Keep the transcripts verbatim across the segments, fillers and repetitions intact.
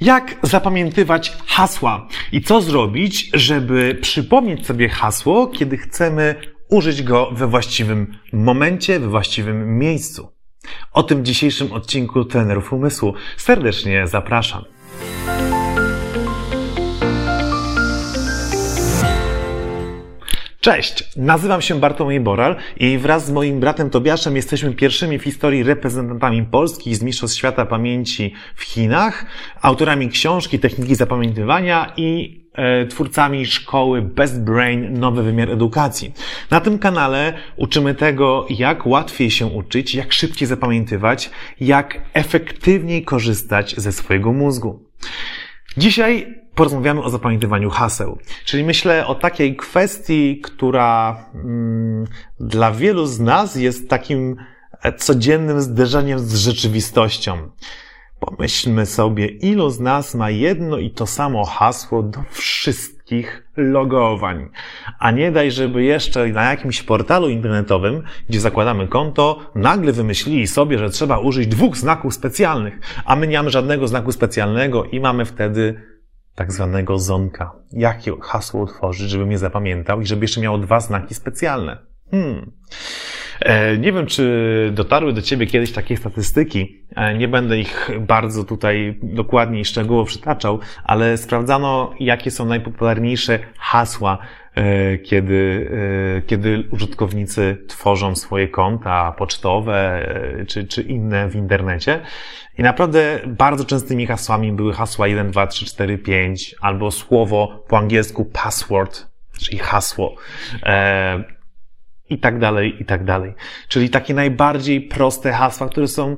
Jak zapamiętywać hasła i co zrobić, żeby przypomnieć sobie hasło, kiedy chcemy użyć go we właściwym momencie, we właściwym miejscu? O tym w dzisiejszym odcinku Trenerów Umysłu serdecznie zapraszam. Cześć, nazywam się Bartłomiej Boral i wraz z moim bratem Tobiaszem jesteśmy pierwszymi w historii reprezentantami Polski z Mistrzostw Świata Pamięci w Chinach, autorami książki Techniki Zapamiętywania i e, twórcami szkoły Best Brain Nowy Wymiar Edukacji. Na tym kanale uczymy tego, jak łatwiej się uczyć, jak szybciej zapamiętywać, jak efektywniej korzystać ze swojego mózgu. Dzisiaj porozmawiamy o zapamiętywaniu haseł, czyli myślę o takiej kwestii, która mm, dla wielu z nas jest takim codziennym zderzeniem z rzeczywistością. Pomyślmy sobie, ilu z nas ma jedno i to samo hasło do wszystkich logowań. A nie daj, żeby jeszcze na jakimś portalu internetowym, gdzie zakładamy konto, nagle wymyślili sobie, że trzeba użyć dwóch znaków specjalnych, a my nie mamy żadnego znaku specjalnego i mamy wtedy tak zwanego zonka. Jakie hasło utworzyć, żebym je zapamiętał i żeby jeszcze miało dwa znaki specjalne? Hmm. E, nie wiem, czy dotarły do Ciebie kiedyś takie statystyki. E, nie będę ich bardzo tutaj dokładnie i szczegółowo przytaczał, ale sprawdzano, jakie są najpopularniejsze hasła, e, kiedy, e, kiedy użytkownicy tworzą swoje konta pocztowe e, czy, czy inne w internecie. I naprawdę bardzo częstymi hasłami były hasła jeden, dwa, trzy, cztery, pięć albo słowo po angielsku password, czyli hasło. E, I tak dalej, i tak dalej. Czyli takie najbardziej proste hasła, które są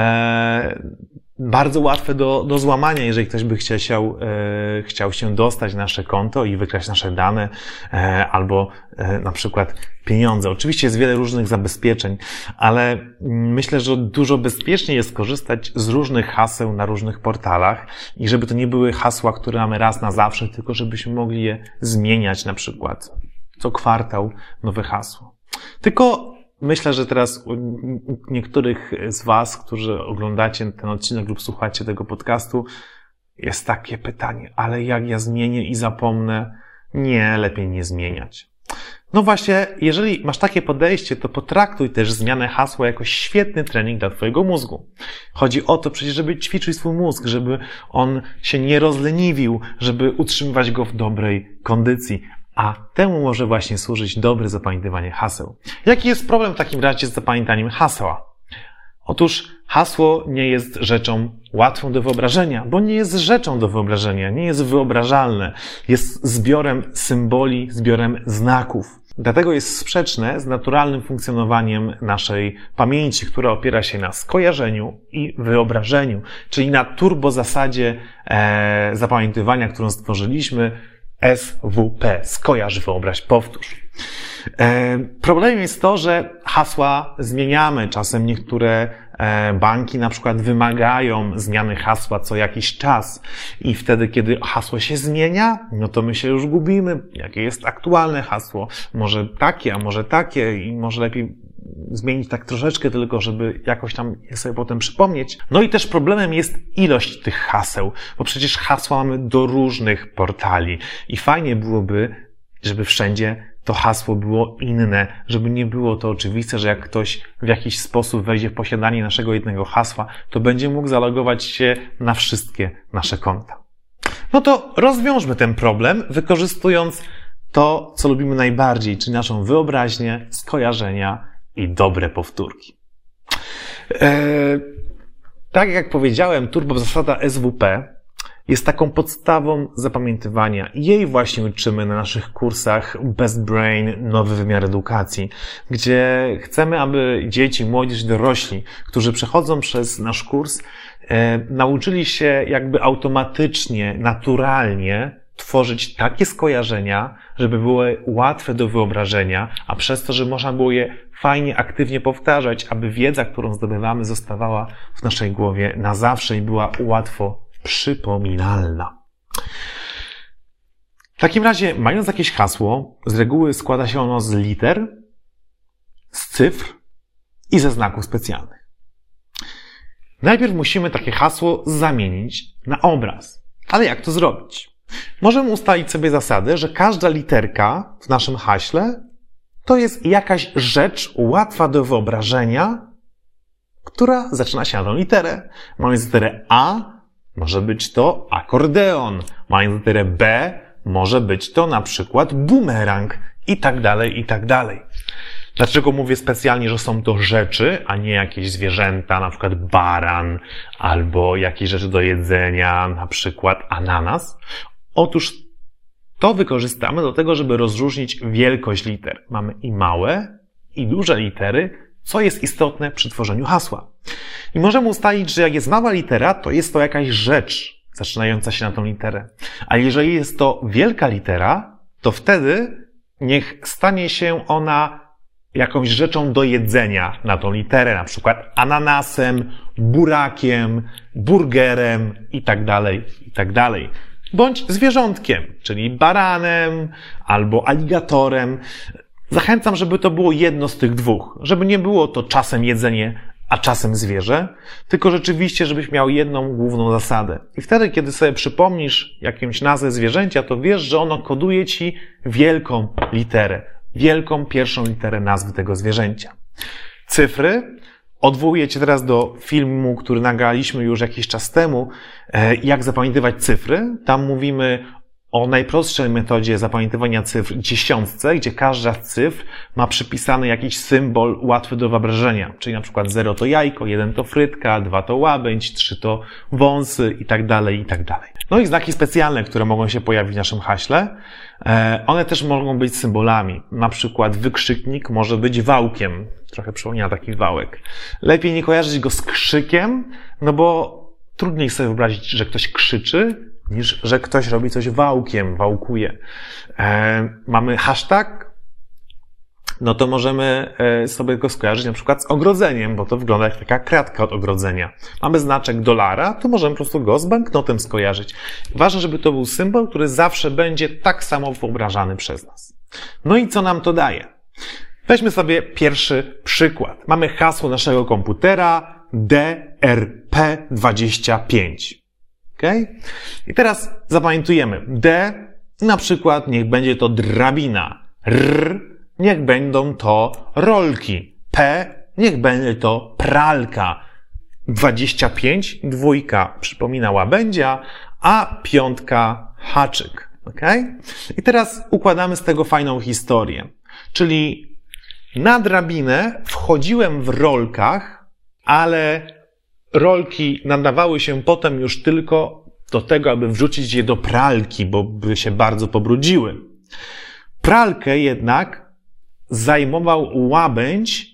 e, bardzo łatwe do, do złamania, jeżeli ktoś by chciał, e, chciał się dostać na nasze konto i wykraść nasze dane, e, albo e, na przykład pieniądze. Oczywiście jest wiele różnych zabezpieczeń, ale myślę, że dużo bezpieczniej jest korzystać z różnych haseł na różnych portalach i żeby to nie były hasła, które mamy raz na zawsze, tylko żebyśmy mogli je zmieniać na przykład co kwartał nowe hasło. Tylko myślę, że teraz u niektórych z Was, którzy oglądacie ten odcinek lub słuchacie tego podcastu, jest takie pytanie, ale jak ja zmienię i zapomnę? Nie, lepiej nie zmieniać. No właśnie, jeżeli masz takie podejście, to potraktuj też zmianę hasła jako świetny trening dla Twojego mózgu. Chodzi o to przecież, żeby ćwiczyć swój mózg, żeby on się nie rozleniwił, żeby utrzymywać go w dobrej kondycji. A temu może właśnie służyć dobre zapamiętywanie haseł. Jaki jest problem w takim razie z zapamiętaniem hasła? Otóż hasło nie jest rzeczą łatwą do wyobrażenia, bo nie jest rzeczą do wyobrażenia, nie jest wyobrażalne. Jest zbiorem symboli, zbiorem znaków. Dlatego jest sprzeczne z naturalnym funkcjonowaniem naszej pamięci, która opiera się na skojarzeniu i wyobrażeniu, czyli na turbo zasadzie e, zapamiętywania, którą stworzyliśmy, S W P. Skojarz, wyobraź, powtórz. E, problemem jest to, że hasła zmieniamy. Czasem niektóre e, banki na przykład wymagają zmiany hasła co jakiś czas i wtedy, kiedy hasło się zmienia, no to my się już gubimy. Jakie jest aktualne hasło? Może takie, a może takie i może lepiej zmienić tak troszeczkę tylko, żeby jakoś tam je sobie potem przypomnieć. No i też problemem jest ilość tych haseł, bo przecież hasła mamy do różnych portali i fajnie byłoby, żeby wszędzie to hasło było inne, żeby nie było to oczywiste, że jak ktoś w jakiś sposób wejdzie w posiadanie naszego jednego hasła, to będzie mógł zalogować się na wszystkie nasze konta. No to rozwiążmy ten problem, wykorzystując to, co lubimy najbardziej, czyli naszą wyobraźnię, skojarzenia i dobre powtórki. Eee, tak jak powiedziałem, turbo zasada S W P jest taką podstawą zapamiętywania. Jej właśnie uczymy na naszych kursach Best Brain Nowy Wymiar Edukacji, gdzie chcemy, aby dzieci, młodzież i dorośli, którzy przechodzą przez nasz kurs, e, nauczyli się jakby automatycznie, naturalnie tworzyć takie skojarzenia, żeby były łatwe do wyobrażenia, a przez to, że można było je fajnie, aktywnie powtarzać, aby wiedza, którą zdobywamy, zostawała w naszej głowie na zawsze i była łatwo przypominalna. W takim razie, mając jakieś hasło, z reguły składa się ono z liter, z cyfr i ze znaków specjalnych. Najpierw musimy takie hasło zamienić na obraz. Ale jak to zrobić? Możemy ustalić sobie zasadę, że każda literka w naszym haśle to jest jakaś rzecz łatwa do wyobrażenia, która zaczyna się na tą literę. Mając literę A, może być to akordeon. Mając literę B, może być to na przykład bumerang i tak dalej, i tak dalej. Dlaczego mówię specjalnie, że są to rzeczy, a nie jakieś zwierzęta, na przykład baran, albo jakieś rzeczy do jedzenia, na przykład ananas? Otóż to wykorzystamy do tego, żeby rozróżnić wielkość liter. Mamy i małe, i duże litery, co jest istotne przy tworzeniu hasła. I możemy ustalić, że jak jest mała litera, to jest to jakaś rzecz zaczynająca się na tą literę. A jeżeli jest to wielka litera, to wtedy niech stanie się ona jakąś rzeczą do jedzenia na tą literę, na przykład ananasem, burakiem, burgerem i tak dalej, i tak dalej. Bądź zwierzątkiem, czyli baranem albo aligatorem. Zachęcam, żeby to było jedno z tych dwóch, żeby nie było to czasem jedzenie, a czasem zwierzę, tylko rzeczywiście, żebyś miał jedną główną zasadę. I wtedy, kiedy sobie przypomnisz jakąś nazwę zwierzęcia, to wiesz, że ono koduje ci wielką literę, wielką pierwszą literę nazwy tego zwierzęcia. Cyfry. Odwołuję cię teraz do filmu, który nagraliśmy już jakiś czas temu, jak zapamiętywać cyfry. Tam mówimy o najprostszej metodzie zapamiętywania cyfr dziesiątce, gdzie każda z cyfr ma przypisany jakiś symbol łatwy do wyobrażenia. Czyli na przykład zero to jajko, jeden to frytka, dwa to łabędź, trzy to wąsy i tak dalej, i tak dalej. No i znaki specjalne, które mogą się pojawić w naszym haśle, one też mogą być symbolami. Na przykład wykrzyknik może być wałkiem. Trochę przypomina taki wałek. Lepiej nie kojarzyć go z krzykiem, no bo trudniej sobie wyobrazić, że ktoś krzyczy, niż że ktoś robi coś wałkiem, wałkuje. E, mamy hashtag, no to możemy sobie go skojarzyć na przykład z ogrodzeniem, bo to wygląda jak taka kratka od ogrodzenia. Mamy znaczek dolara, to możemy po prostu go z banknotem skojarzyć. Ważne, żeby to był symbol, który zawsze będzie tak samo wyobrażany przez nas. No i co nam to daje? Weźmy sobie pierwszy przykład. Mamy hasło naszego komputera D R P dwadzieścia pięć. Okay? I teraz zapamiętujemy. D, na przykład niech będzie to drabina. R, niech będą to rolki. P, niech będzie to pralka. dwadzieścia pięć, dwójka przypomina łabędzia, a piątka haczyk. Okay? I teraz układamy z tego fajną historię. Czyli na drabinę wchodziłem w rolkach, ale rolki nadawały się potem już tylko do tego, aby wrzucić je do pralki, bo by się bardzo pobrudziły. Pralkę jednak zajmował łabędź,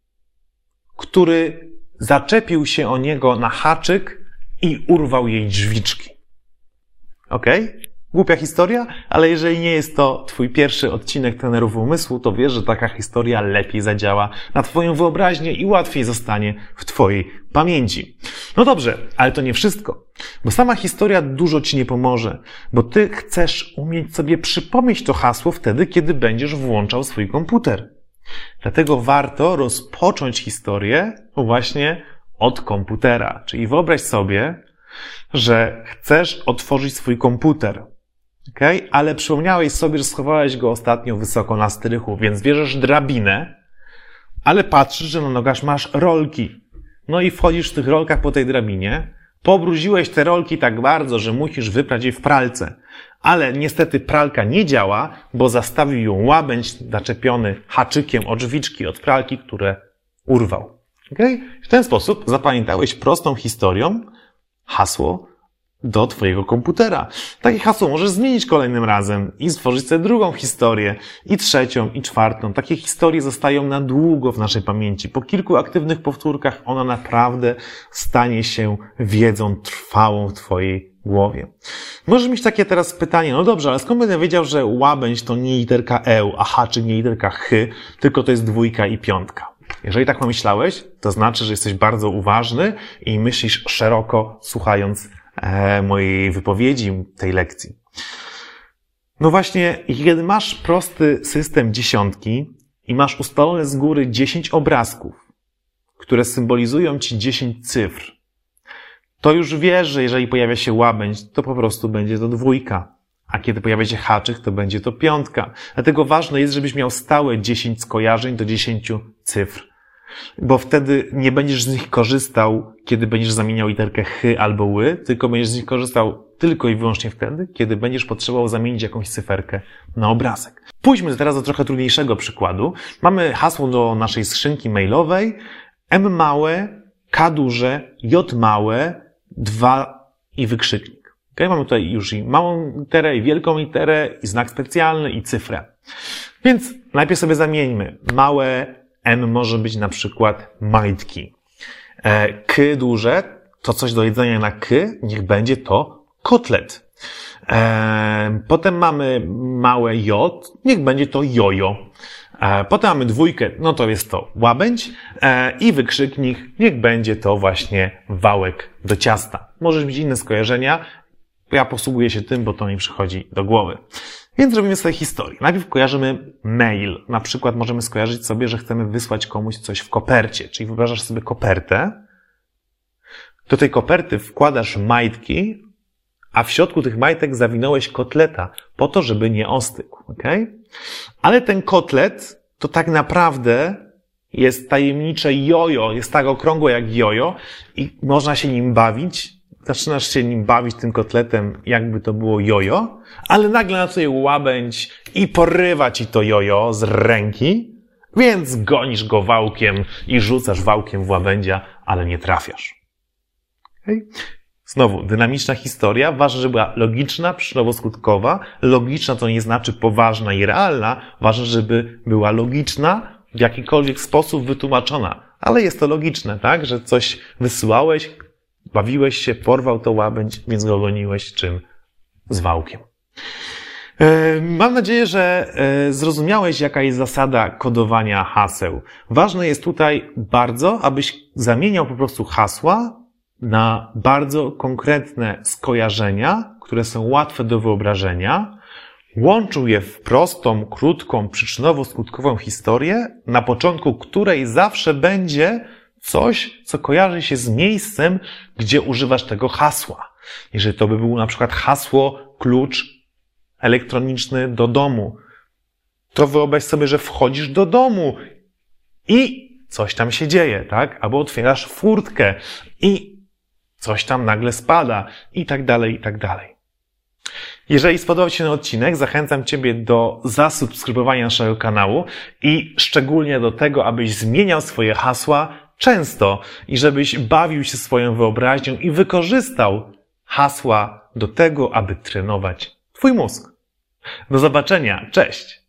który zaczepił się o niego na haczyk i urwał jej drzwiczki. Okej? Okay? Głupia historia, ale jeżeli nie jest to twój pierwszy odcinek Trenerów Umysłu, to wiesz, że taka historia lepiej zadziała na twoją wyobraźnię i łatwiej zostanie w twojej pamięci. No dobrze, ale to nie wszystko, bo sama historia dużo ci nie pomoże, bo ty chcesz umieć sobie przypomnieć to hasło wtedy, kiedy będziesz włączał swój komputer. Dlatego warto rozpocząć historię właśnie od komputera. Czyli wyobraź sobie, że chcesz otworzyć swój komputer. Okay? Ale przypomniałeś sobie, że schowałeś go ostatnio wysoko na strychu, więc bierzesz drabinę, ale patrzysz, że na nogach masz rolki. No i wchodzisz w tych rolkach po tej drabinie, pobrudziłeś te rolki tak bardzo, że musisz wyprać je w pralce. Ale niestety pralka nie działa, bo zastawił ją łabędź zaczepiony haczykiem o drzwiczki od pralki, które urwał. Okay? W ten sposób zapamiętałeś prostą historią hasło do twojego komputera. Takie hasło możesz zmienić kolejnym razem i stworzyć sobie drugą historię, i trzecią, i czwartą. Takie historie zostają na długo w naszej pamięci. Po kilku aktywnych powtórkach ona naprawdę stanie się wiedzą trwałą w twojej głowie. Możesz mieć takie teraz pytanie, no dobrze, ale skąd będę wiedział, że łabędź to nie literka E, a haczyk nie literka H, tylko to jest dwójka i piątka? Jeżeli tak pomyślałeś, to znaczy, że jesteś bardzo uważny i myślisz szeroko, słuchając e, mojej wypowiedzi, tej lekcji. No właśnie, kiedy masz prosty system dziesiątki i masz ustalone z góry dziesięć obrazków, które symbolizują ci dziesięć cyfr, to już wiesz, że jeżeli pojawia się łabędź, to po prostu będzie to dwójka. A kiedy pojawia się haczyk, to będzie to piątka. Dlatego ważne jest, żebyś miał stałe dziesięć skojarzeń do dziesięciu cyfr. Bo wtedy nie będziesz z nich korzystał, kiedy będziesz zamieniał literkę ch albo ły, tylko będziesz z nich korzystał tylko i wyłącznie wtedy, kiedy będziesz potrzebował zamienić jakąś cyferkę na obrazek. Pójdźmy teraz do trochę trudniejszego przykładu. Mamy hasło do naszej skrzynki mailowej M małe, K duże, J małe, dwa i wykrzyknik. Okay? Mamy tutaj już i małą literę, i wielką literę, i znak specjalny, i cyfrę. Więc najpierw sobie zamieńmy. Małe M może być na przykład majtki. K duże, to coś do jedzenia na K, niech będzie to kotlet. Potem mamy małe J, niech będzie to jojo. Potem mamy dwójkę, no to jest to łabędź i wykrzyknik, niech będzie to właśnie wałek do ciasta. Możesz mieć inne skojarzenia, ja posługuję się tym, bo to mi przychodzi do głowy. Więc robimy sobie historię. Najpierw kojarzymy mail. Na przykład możemy skojarzyć sobie, że chcemy wysłać komuś coś w kopercie. Czyli wyobrażasz sobie kopertę. Do tej koperty wkładasz majtki, a w środku tych majtek zawinąłeś kotleta po to, żeby nie ostygł. Okay? Ale ten kotlet to tak naprawdę jest tajemnicze jojo. Jest tak okrągłe jak jojo i można się nim bawić. Zaczynasz się nim bawić, tym kotletem, jakby to było jojo, ale nagle na tutaj łabędź i porywa ci to jojo z ręki, więc gonisz go wałkiem i rzucasz wałkiem w łabędzia, ale nie trafiasz. Okay? Znowu, dynamiczna historia. Ważne, żeby była logiczna, przyczynowo-skutkowa. Logiczna to nie znaczy poważna i realna. Ważne, żeby była logiczna, w jakikolwiek sposób wytłumaczona. Ale jest to logiczne, tak? Że coś wysyłałeś, bawiłeś się, porwał to łabędź, więc go goniłeś czym? Z wałkiem. Mam nadzieję, że zrozumiałeś, jaka jest zasada kodowania haseł. Ważne jest tutaj bardzo, abyś zamieniał po prostu hasła na bardzo konkretne skojarzenia, które są łatwe do wyobrażenia, łączył je w prostą, krótką, przyczynowo-skutkową historię, na początku której zawsze będzie coś, co kojarzy się z miejscem, gdzie używasz tego hasła. Jeżeli to by było na przykład hasło klucz elektroniczny do domu, to wyobraź sobie, że wchodzisz do domu i coś tam się dzieje, tak? Albo otwierasz furtkę i coś tam nagle spada i tak dalej, i tak dalej. Jeżeli spodobał Ci się ten odcinek, zachęcam Ciebie do zasubskrybowania naszego kanału i szczególnie do tego, abyś zmieniał swoje hasła często i żebyś bawił się swoją wyobraźnią i wykorzystał hasła do tego, aby trenować Twój mózg. Do zobaczenia. Cześć!